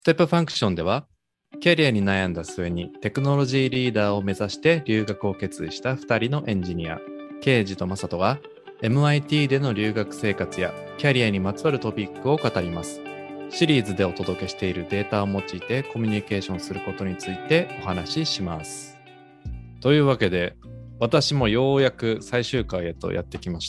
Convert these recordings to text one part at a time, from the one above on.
ステップファンクションでは、キャリアに悩んだ末にテクノロジーリーダーを目指して留学を決意した2人のエンジニア、ケイジとマサトが MIT での留学生活やキャリアにまつわるトピックを語ります。シリーズでお届けしているデータを用いてコミュニケーションすることについてお話しします。というわけで、私もようやく最終回へとやってきました。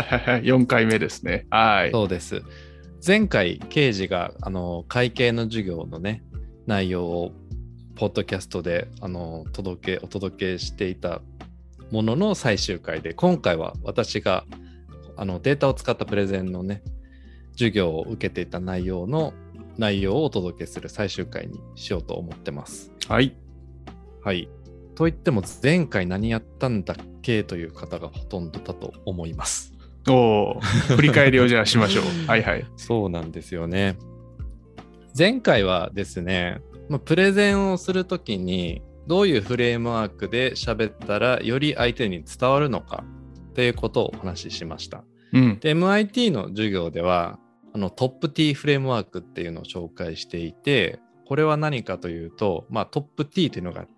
4回目ですね。はい。 そうです。前回、ケイジが会計の授業のね、内容をポッドキャストでお届けしていたものの最終回で、今回は私がデータを使ったプレゼンのね、授業を受けていた内容をお届けする最終回にしようと思ってます。 はい。 はい。といっても前回何やったんだっけという方がほとんどだと思います。 振り返りをじゃあしましょう。はいはい。 そうなんですよね。前回はですね、プレゼンをするときにどういうフレームワークで喋ったらより相手に伝わるのかっていうことをお話ししました。で、MIT の授業ではトップ T フレームワークっていうのを紹介していて、これは何かというと、トップ T というのが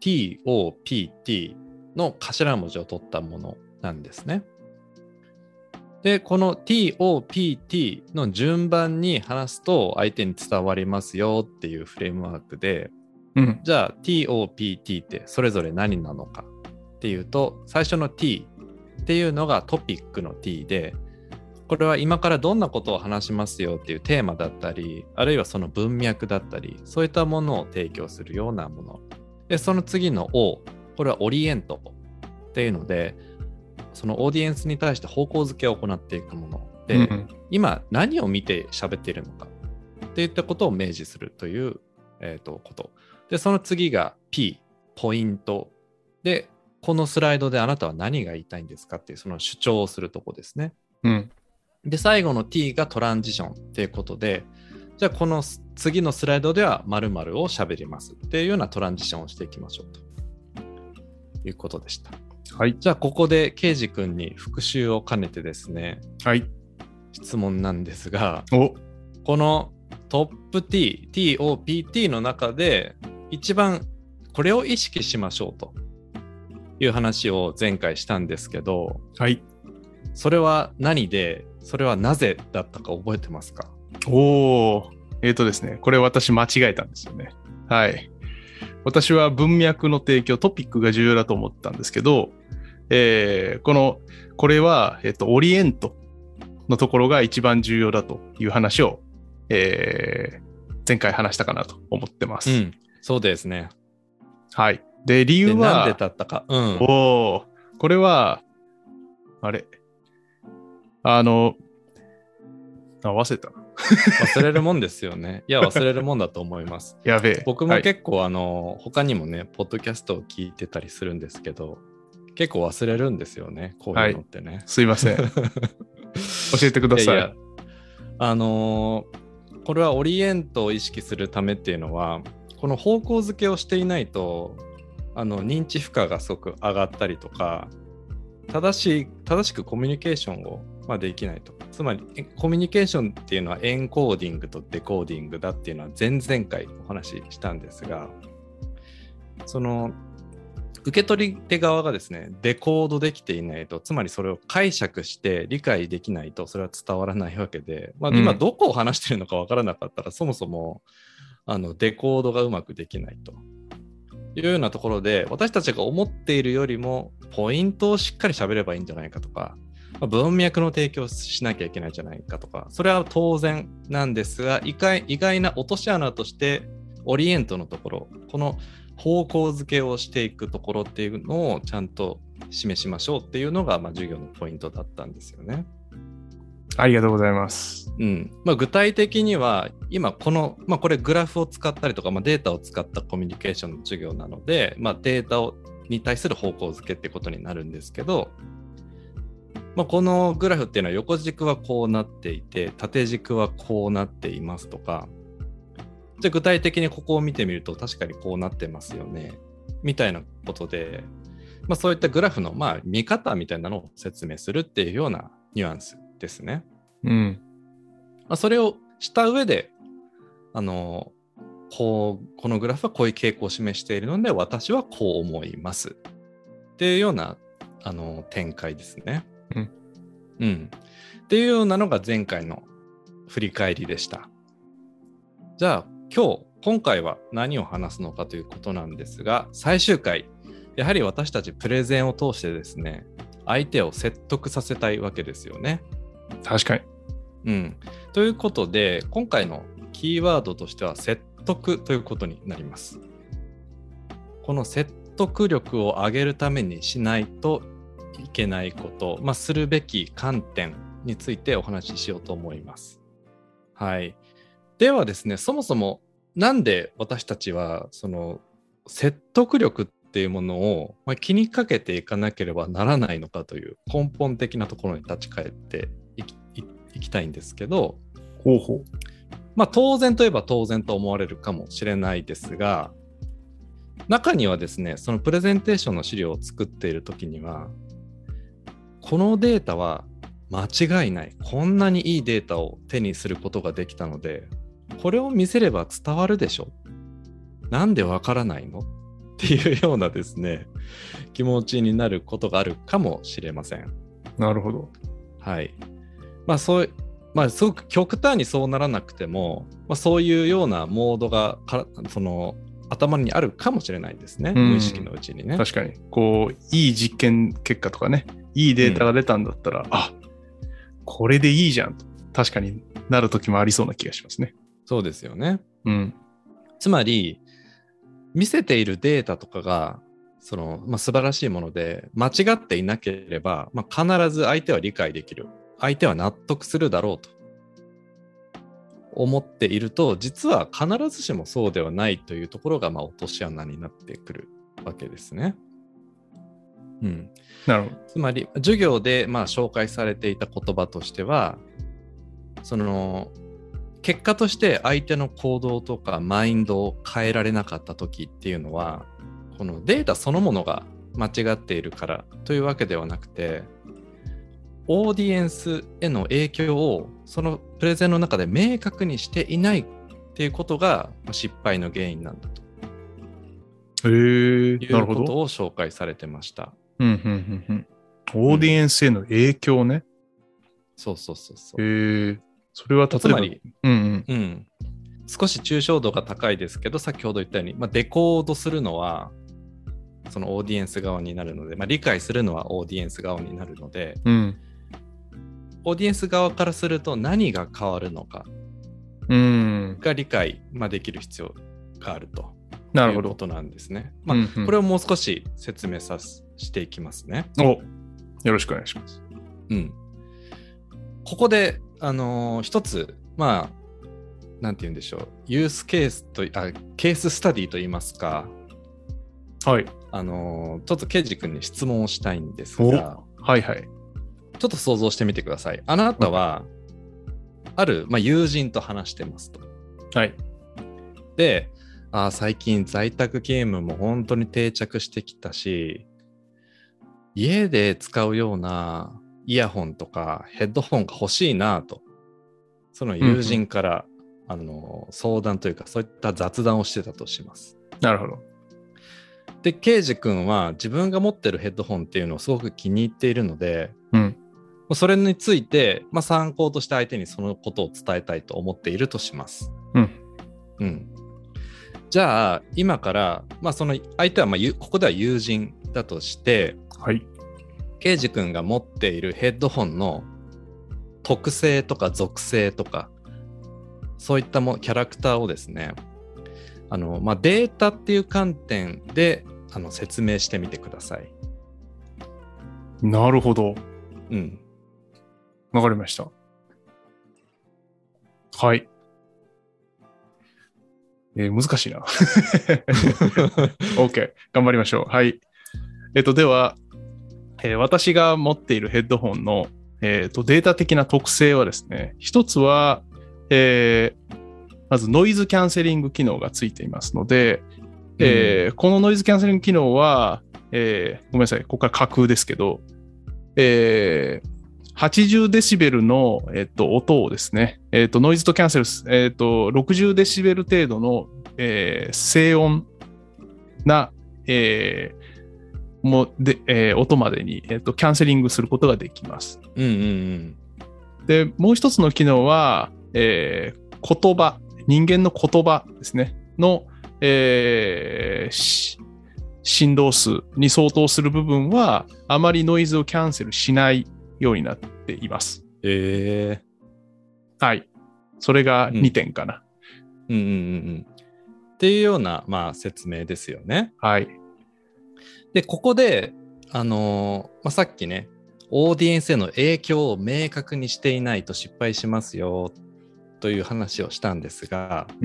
TOPT の頭文字を取ったものなんですね。で、この TOPT の順番に話すと相手に伝わりますよっていうフレームワークで、じゃあ TOPT ってそれぞれ何なのかっていうと、最初の T っていうのがトピックの T で、これは今からどんなことを話しますよっていうテーマだったり、あるいはその文脈だったり、そういったものを提供するようなもの。で、その次の O、これはオリエントっていうので、そのオーディエンスに対して方向づけを行っていくもので、今何を見て喋っているのかっていったことを明示するという、こと。で、その次が P、ポイント。で、このスライドであなたは何が言いたいんですかっていうその主張をするとこですね。で、最後の T がトランジションっていうことで、じゃあこの次のスライドでは〇〇を喋りますっていうようなトランジションをしていきましょうということでした。はい。じゃあここでケイジ君に復習を兼ねてですね、 はい。 質問なんですが、このトップ T、TOPT の中で一番これを意識しましょうという話を前回したんですけど、 はい。 それは何で、それはなぜだったか覚えてますか？ ですね、これ私間違えたんですよね。はい。私は文脈の提供、トピックが重要だと思ったんですけど、これは、オリエントのところが一番重要だという話を、前回話したかなと思ってます。 そうですね。 はい。で、理由は、 なんでだったか。 これは、忘れたな。 忘れるもんですよね。いや、忘れるもんだと思います。 やべえ。 僕も結構、他にもね、ポッドキャストを聞いてたりするんですけど、結構忘れるんですよね、こういうのってね。 すいません。教えてください。 これはオリエントを意識するためっていうのは、この方向づけをしていないと、認知負荷がすごく上がったりとか、正しくコミュニケーションをできないと。つまりコミュニケーションっていうのはエンコーディングとデコーディングだっていうのは前々回お話ししたんですが、その受け取り手側がですね、デコードできていないと、つまりそれを解釈して理解できないとそれは伝わらないわけで、今どこを話してるのかわからなかったら、そもそもデコードがうまくできないというようなところで、私たちが思っているよりもポイントをしっかり喋ればいいんじゃないかとか、文脈の提供しなきゃいけないんじゃないかとか、それは当然なんですが、意外な落とし穴としてオリエントのところ、この方向づけをしていくところっていうのをちゃんと示しましょうっていうのが授業のポイントだったんですよね。 ありがとうございます。 具体的には今これグラフを使ったりとか、データを使ったコミュニケーションの授業なので、データに対する方向づけってことになるんですけど、このグラフっていうのは横軸はこうなっていて、縦軸はこうなっていますとか、じゃあ具体的にここを見てみると確かにこうなってますよねみたいなことで、そういったグラフの見方みたいなのを説明するっていうようなニュアンスですね。それをした上でこのグラフはこういう傾向を示しているので、私はこう思いますっていうような展開ですね。っていうようなのが前回の振り返りでした。じゃあ今回は何を話すのかということなんですが、最終回、やはり私たちプレゼンを通してですね、相手を説得させたいわけですよね。 確かに。 ということで、今回のキーワードとしては説得ということになります。この説得力を上げるためにしないといけないこと、するべき観点についてお話ししようと思います。はい。ではですね、そもそもなんで私たちはその説得力っていうものを気にかけていかなければならないのかという根本的なところに立ち返っていきたいんですけど、当然といえば当然と思われるかもしれないですが、中にはですね、そのプレゼンテーションの資料を作っているときには、このデータは間違いない、こんなにいいデータを手にすることができたので、これを見せれば伝わるでしょ、なんでわからないのっていうようなですね、気持ちになることがあるかもしれません。 なるほど。 はい。すごく極端にそうならなくても、そういうようなモードが頭にあるかもしれないですね、無意識のうちにね。 確かにいい実験結果とかね、いいデータが出たんだったら、これでいいじゃんと確かになる時もありそうな気がしますね。 そうですよね。つまり見せているデータとかが素晴らしいもので間違っていなければ、必ず相手は理解できる、相手は納得するだろうと思っていると、実は必ずしもそうではないというところが落とし穴になってくるわけですね。 なるほど。 つまり授業で紹介されていた言葉としては、結果として相手の行動とかマインドを変えられなかった時っていうのは、このデータそのものが間違っているからというわけではなくて、オーディエンスへの影響をそのプレゼンの中で明確にしていないっていうことが失敗の原因なんだということを紹介されてました。 オーディエンスへの影響ね。 そう。 それは例えばつまり、少し抽象度が高いですけど、先ほど言ったように、デコードするのはそのオーディエンス側になるので、理解するのはオーディエンス側になるので、オーディエンス側からすると何が変わるのかが理解できる必要があるということなんですね。これをもう少し説明していきますね。 よろしくお願いします。 ここで一つなんて言うんでしょう、ユースケースケーススタディと言いますか、ちょっとケイジ君に質問をしたいんですが、ちょっと想像してみてください。あなたはある、友人と話してますと。で、最近在宅ゲームも本当に定着してきたし、家で使うようなイヤホンとかヘッドホンが欲しいなと、その友人から、相談というかそういった雑談をしてたとします。 なるほど。 で、ケイジ君は自分が持ってるヘッドホンっていうのをすごく気に入っているので、それについて、参考として相手にそのことを伝えたいと思っているとします。じゃあ今から、その相手はここでは友人だとして、ケイジ君が持っているヘッドホンの特性とか属性とかそういったキャラクターをですね、データっていう観点で説明してみてください。 なるほど。わかりました。難しいな。OK。頑張りましょう。では、私が持っているヘッドホンの、データ的な特性はですね、一つは、まずノイズキャンセリング機能がついていますので、このノイズキャンセリング機能は、ごめんなさい、ここから架空ですけど、 80デシベルの、音をですね、ノイズとキャンセル、60デシベル程度の、静音な、音までに、キャンセリングすることができます。 うんうんうん。 で、もう一つの機能は、言葉、人間の言葉ですね、の、振動数に相当する部分は、あまりノイズをキャンセルしないようになっています。はい。それが2点かな。 うんうんうんうん。っていうような、まあ、説明ですよね。 はい。 で、ここで、さっきね、オーディエンスへの影響を明確にしていないと失敗しますよという話をしたんですが、 うん、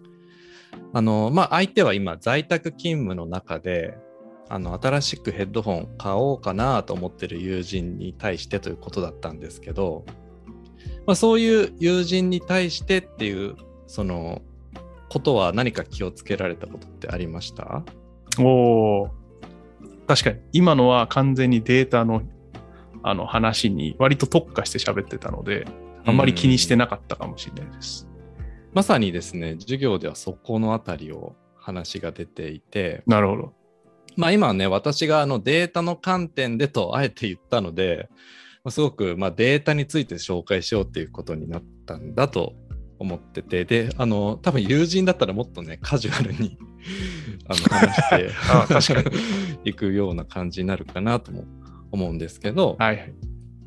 相手は今在宅勤務の中で新しくヘッドホン買おうかなと思ってる友人に対してということだったんですけど、そういう友人に対してっていうそのことは何か気をつけられたことってありました？ 確かに今のは完全にデータの話に割と特化して喋ってたので、あんまり気にしてなかったかもしれないです。 まさにですね、授業ではそこのあたりを話が出ていて。 なるほど。 今はね、私がデータの観点でとあえて言ったので、すごくデータについて紹介しようっていうことになったんだと思ってて、で、多分友人だったらもっとね、カジュアルに話して確かにいくような感じになるかなとも思うんですけど、 はいはい、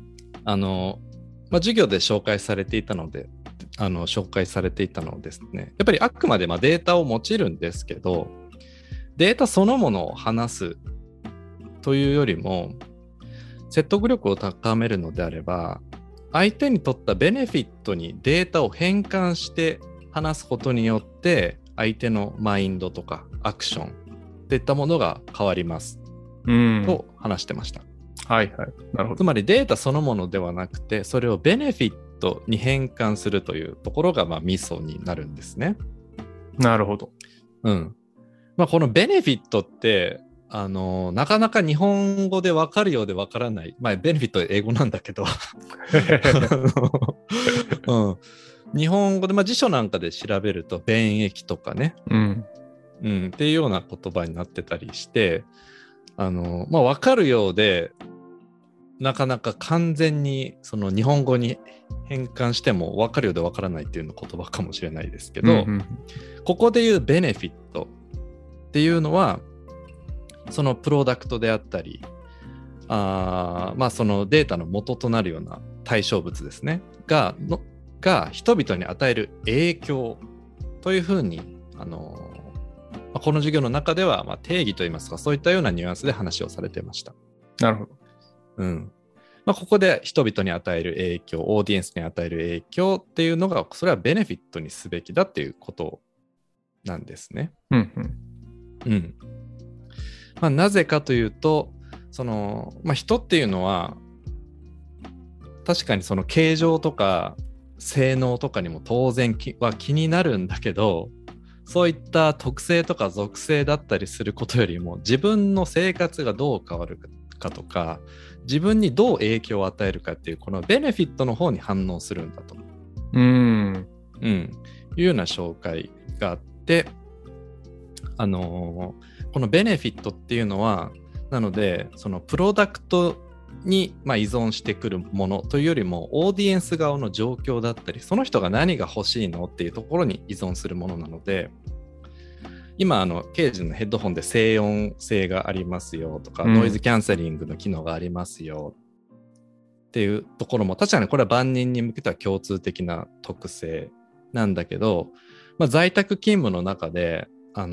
授業で紹介されていたので、ですね、やっぱりあくまでデータを用いるんですけど、データそのものを話すというよりも、説得力を高めるのであれば、相手にとったベネフィットにデータを変換して話すことによって、相手のマインドとかアクションといったものが変わります、と話してました。 はいはい。なるほど。 つまりデータそのものではなくて、それをベネフィットに変換するというところがミソになるんですね。 なるほど。 うん。このベネフィットってなかなか日本語で分かるようで分からない。ベネフィットは英語なんだけど、日本語で、辞書なんかで調べると便益とかね、っていうような言葉になってたりして、分かるようでなかなか完全にその日本語に変換しても分かるようで分からないっていうの言葉かもしれないですけど、ここでいうベネフィットっていうのはそのプロダクトであったり、そのデータの元となるような対象物ですねが人々に与える影響というふうにこの授業の中では定義といいますか、そういったようなニュアンスで話をされていました。 なるほど。 ここで人々に与える影響、オーディエンスに与える影響っていうのが、それはベネフィットにすべきだっていうことなんですね。なぜかというと、人っていうのは確かにその形状とか性能とかにも当然は気になるんだけど、そういった特性とか属性だったりすることよりも、自分の生活がどう変わるかとか、自分にどう影響を与えるかっていう、このベネフィットの方に反応するんだというような紹介があって、このベネフィットっていうのは、なのでそのプロダクトに依存してくるものというよりも、オーディエンス側の状況だったり、その人が何が欲しいのっていうところに依存するものなので、今ケージのヘッドホンで静音性がありますよとか、ノイズキャンセリングの機能がありますよっていうところも、確かにこれは万人に向けては共通的な特性なんだけど、在宅勤務の中で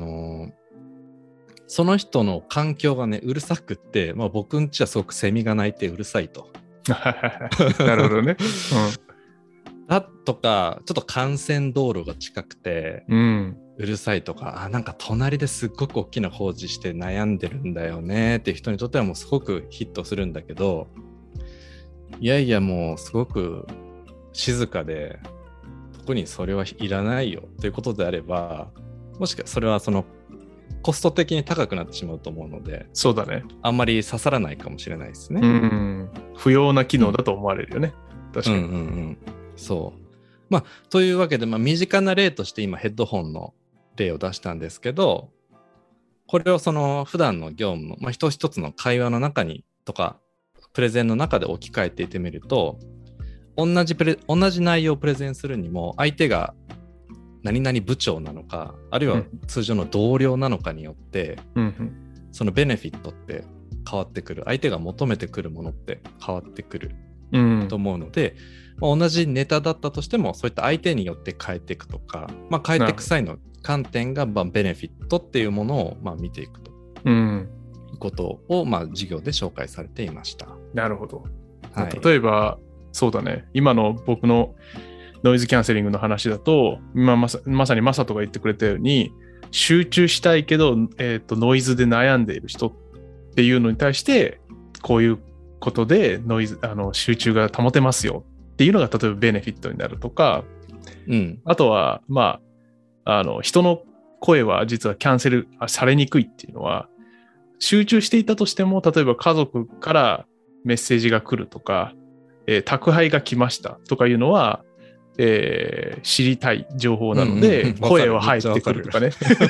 その人の環境がね、うるさくって、僕んちはすごくセミが鳴いてうるさいと。 なるほどね。 だとか、ちょっと幹線道路が近くて、うるさいとか、なんか隣ですっごく大きな工事して悩んでるんだよねっていう人にとってはもうすごくヒットするんだけど、いやいやもうすごく静かで、特にそれはいらないよということであれば、もしかそれはそのコスト的に高くなってしまうと思うので、 そうだね。 あんまり刺さらないかもしれないですね。 不要な機能だと思われるよね。確かに。 そう。まあ、というわけで、身近な例として今ヘッドホンの例を出したんですけど、これをその普段の業務の、一つ一つの会話の中にとか、プレゼンの中で置き換えていってみると、同じ内容をプレゼンするにも、相手が何々部長なのか、あるいは通常の同僚なのかによって、そのベネフィットって変わってくる。相手が求めてくるものって変わってくると思うので、同じネタだったとしても、そういった相手によって変えていくとか、変えていく際の観点がベネフィットっていうものを見ていくということを授業で紹介されていました。 なるほど。 はい、 例えば、そうだね。今の僕のノイズキャンセリングの話だと、まさにマサトが言ってくれたように、集中したいけど、ノイズで悩んでいる人っていうのに対して、こういうことで集中が保てますよっていうのが例えばベネフィットになるとか、あとは人の声は実はキャンセルされにくいっていうのは、集中していたとしても、例えば家族からメッセージが来るとか、宅配が来ましたとかいうのは、知りたい情報なので、声は入ってくるとかね。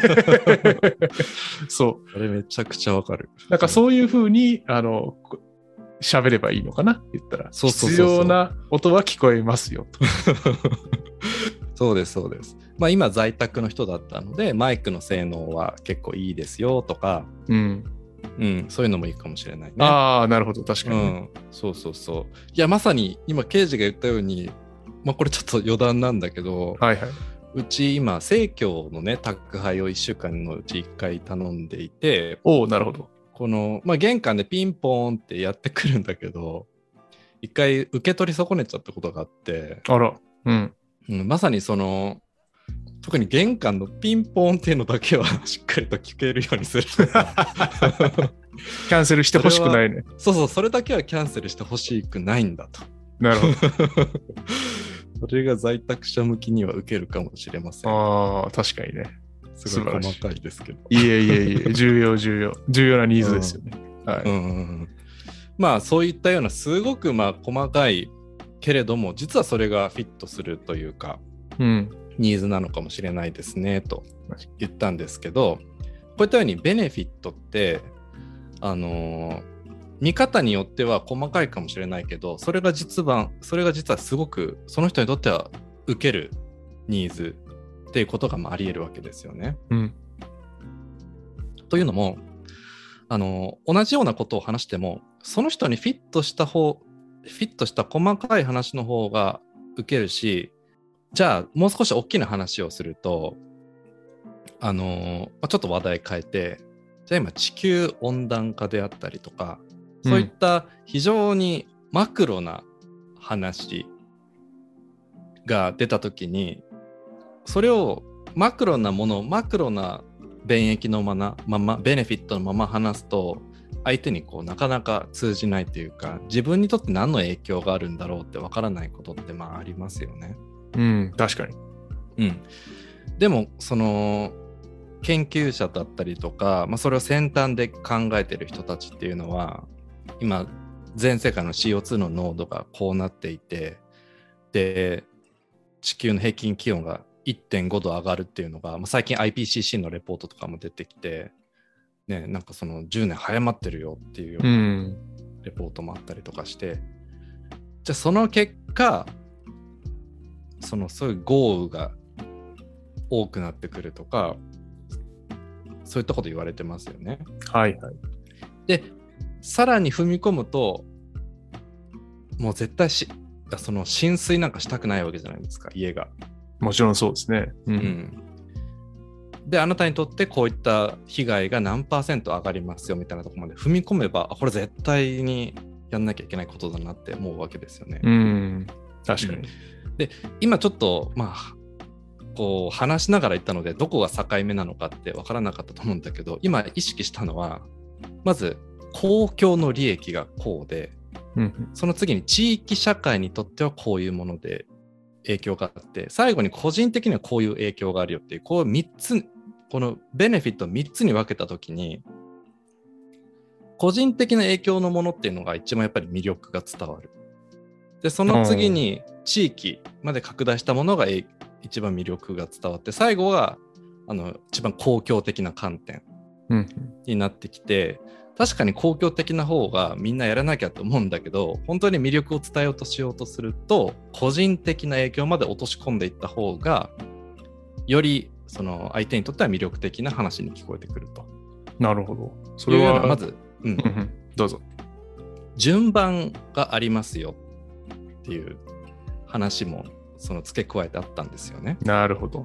そう。 それめちゃくちゃわかる。 なんかそういうふうに、喋ればいいのかな言ったら。必要な音は聞こえますよと。 そうです、そうです。今在宅の人だったので、マイクの性能は結構いいですよとか、そういうのもいいかもしれないね。 ああ、なるほど、確かに、ね。 そうそうそう。いや、まさに今、刑事が言ったように、これちょっと余談なんだけど、うち今、生協のね、宅配を1週間のうち1回頼んでいて、 なるほど。 この、玄関でピンポーンってやってくるんだけど、1回受け取り損ねちゃったことがあって、 あら、 まさにその、特に玄関のピンポーンっていうのだけはしっかりと聞けるようにする。キャンセルしてほしくないね。 そう、それだけはキャンセルしてほしくないんだと。 なるほど。 それが在宅者向きには受けるかもしれません。 ああ、確かにね。 すごい細かいですけど。 いえ、重要なニーズですよね。 そういったようなすごく細かいけれども、実はそれがフィットするというか、ニーズなのかもしれないですねと言ったんですけど、こういったようにベネフィットって見方によっては細かいかもしれないけど、それが実はすごくその人にとっては受けるニーズっていうことがあり得るわけですよね。というのも同じようなことを話しても、その人にフィットした細かい話の方が受けるし、じゃあもう少し大きな話をするとちょっと話題変えて、じゃあ今地球温暖化であったりとか、そういった非常にマクロな話が出たときに、それをマクロな便益のままベネフィットのまま話すと、相手になかなか通じないというか、自分にとって何の影響があるんだろうってわからないことってありますよね。 確かに。 でもその研究者だったりとか、それを先端で考えてる人たちっていうのは、今全世界の CO2 の濃度がこうなっていて、で地球の平均気温が 1.5 度上がるっていうのが、最近 IPCC のレポートとかも出てきて、なんかその10年早まってるよっていうようなレポートもあったりとかして、じゃあその結果そういう豪雨が多くなってくるとか、そういったこと言われてますよね。でさらに踏み込むと、もう絶対その浸水なんかしたくないわけじゃないですか、家が。 もちろんそうですね。 であなたにとってこういった被害が何%上がりますよみたいなところまで踏み込めば、これ絶対にやんなきゃいけないことだなって思うわけですよね。 確かに。 で今ちょっと話しながら言ったので、どこが境目なのかって分からなかったと思うんだけど、今意識したのは、まず公共の利益がこうで、その次に地域社会にとってはこういうもので影響があって、最後に個人的にはこういう影響があるよっていう、こう3つこのベネフィットを3つに分けたときに、個人的な影響のものっていうのが一番やっぱり魅力が伝わる。で、その次に地域まで拡大したものが一番魅力が伝わって、最後は一番公共的な観点になってきて、確かに公共的な方がみんなやらなきゃと思うんだけど、本当に魅力を伝えようとしようとすると、個人的な影響まで落とし込んでいった方が、よりその相手にとっては魅力的な話に聞こえてくると。 なるほど。それはまず、 どうぞ。 順番がありますよっていう話もその付け加えてあったんですよね。 なるほど。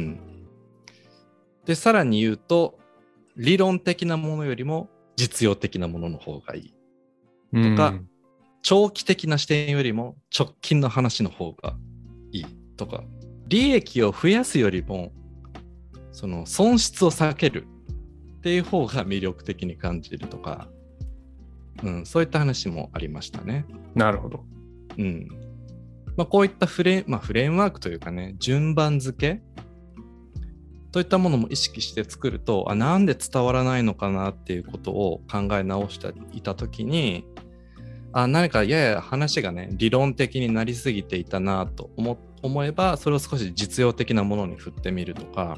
で、さらに言うと、理論的なものよりも実用的なものの方がいいとか、長期的な視点よりも直近の話の方がいいとか、利益を増やすよりもその損失を避けるっていう方が魅力的に感じるとか、そういった話もありましたね。 なるほど。 こういったフレームワークというかね、順番付けといったものも意識して作ると、なんで伝わらないのかなっていうことを考え直していたときに、何かやや話がね、理論的になりすぎていたなと思えば、それを少し実用的なものに振ってみるとか、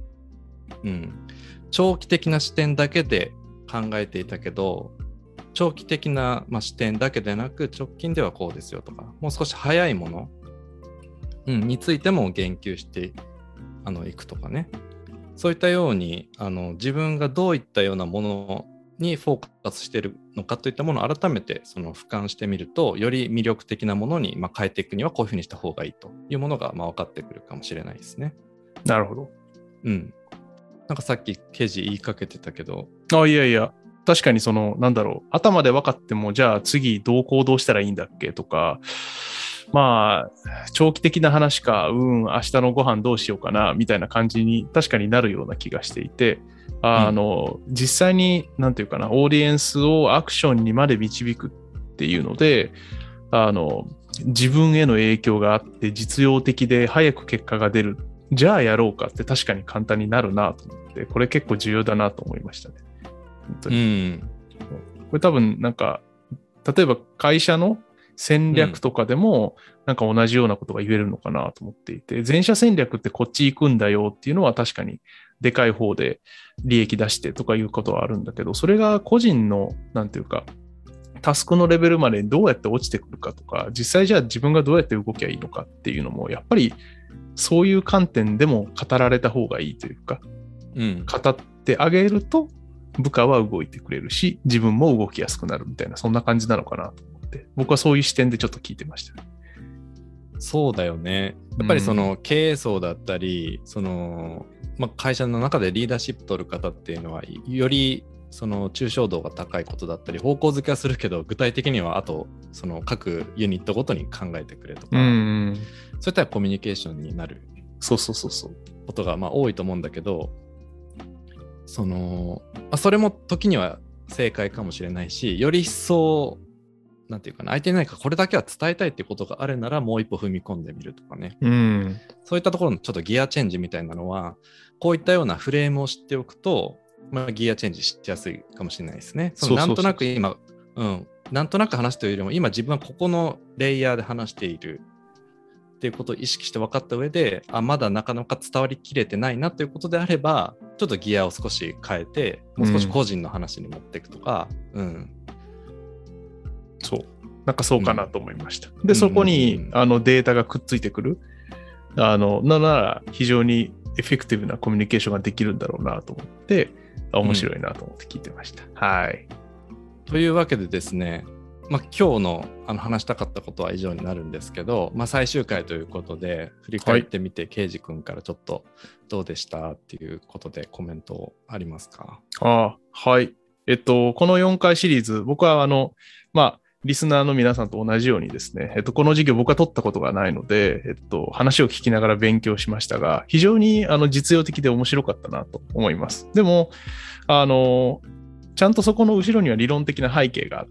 長期的な視点だけで考えていたけど、長期的な、視点だけでなく、直近ではこうですよとか、もう少し早いもの、についても言及していくとかね。そういったように自分がどういったようなものにフォーカスしているのかといったものを改めてその俯瞰してみると、より魅力的なものに変えていくにはこういうふうにした方がいいというものが分かってくるかもしれないですね。 なるほど。 なんかさっきケジ言いかけてたけど。 いやいや、確かに頭で分かっても、じゃあ次どう行動したらいいんだっけとか、長期的な話か、明日のご飯どうしようかな、みたいな感じに確かになるような気がしていて、実際に、なんていうかな、オーディエンスをアクションにまで導くっていうので、自分への影響があって実用的で早く結果が出る。じゃあやろうかって確かに簡単になるなと思って、これ結構重要だなと思いましたね。本当に。これ多分なんか、例えば会社の戦略とかでもなんか同じようなことが言えるのかなと思っていて、全社戦略ってこっち行くんだよっていうのは確かにでかい方で利益出してとかいうことはあるんだけど、それが個人のなんていうかタスクのレベルまでどうやって落ちてくるかとか、実際じゃあ自分がどうやって動きゃいいのかっていうのもやっぱりそういう観点でも語られた方がいいというか、語ってあげると部下は動いてくれるし、自分も動きやすくなるみたいな、そんな感じなのかなと思って、僕はそういう視点でちょっと聞いてましたね。 そうだよね。やっぱりその経営層だったり、会社の中でリーダーシップ取る方っていうのは、よりその抽象度が高いことだったり、方向づけはするけど、具体的にはあとその各ユニットごとに考えてくれとか、そういったコミュニケーションになることが多いと思うんだけど、それも時には正解かもしれないし、より一層なんていうかな、相手に何かこれだけは伝えたいっていうことがあるなら、もう一歩踏み込んでみるとかね、そういったところのちょっとギアチェンジみたいなのは、こういったようなフレームを知っておくと、ギアチェンジしやすいかもしれないですね。なんとなく今、なんとなく話すというよりも、今自分はここのレイヤーで話しているっていうことを意識して分かった上で、まだなかなか伝わりきれてないなということであれば、ちょっとギアを少し変えて、もう少し個人の話に持っていくとか、 なんかそうかなと思いました。で、そこにデータがくっついてくるなら非常にエフェクティブなコミュニケーションができるんだろうなと思って、面白いなと思って聞いてました。はい。 というわけでですね、今日の話したかったことは以上になるんですけど、最終回ということで振り返ってみて、ケイジ君からちょっとどうでしたっていうことでコメントありますか？ はい。この4回シリーズ、僕はリスナーの皆さんと同じようにですね、この授業僕は取ったことがないので、話を聞きながら勉強しましたが、非常に実用的で面白かったなと思います。でも、ちゃんとそこの後ろには理論的な背景があって、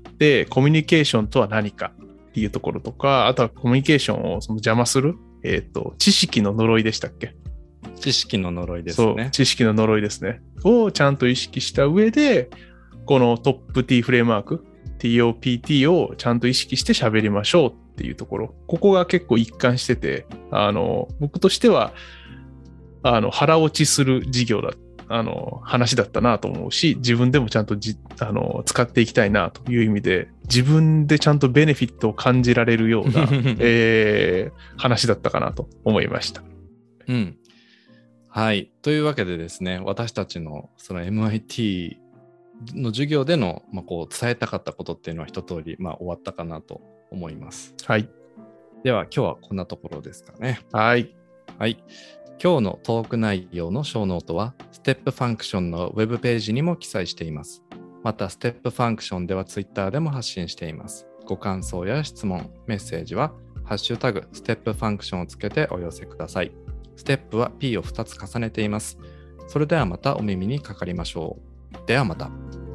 コミュニケーションとは何かっていうところとか、あとはコミュニケーションを邪魔する、知識の呪いでしたっけ？ 知識の呪いですそう、 ね。 知識の呪いですね。をちゃんと意識した上で、このトップ T フレームワーク、TOPT をちゃんと意識して喋りましょうっていうところ。ここが結構一貫してて、僕としては、腹落ちする事業だ、話だったなと思うし、自分でもちゃんと使っていきたいなという意味で、自分でちゃんとベネフィットを感じられるような、話だったかなと思いました。 うん。はい。というわけでですね、私たちのその MIT の授業での、こう伝えたかったことっていうのは一通り、終わったかなと思います。 はい。 では今日はこんなところですかね。 はい。 はい。今日のトーク内容の小ノートは、ステップファンクションのウェブページにも記載しています。また、ステップファンクションでは Twitter でも発信しています。ご感想や質問、メッセージは、ハッシュタグ、ステップファンクションをつけてお寄せください。ステップは P を2つ重ねています。それではまたお耳にかかりましょう。ではまた。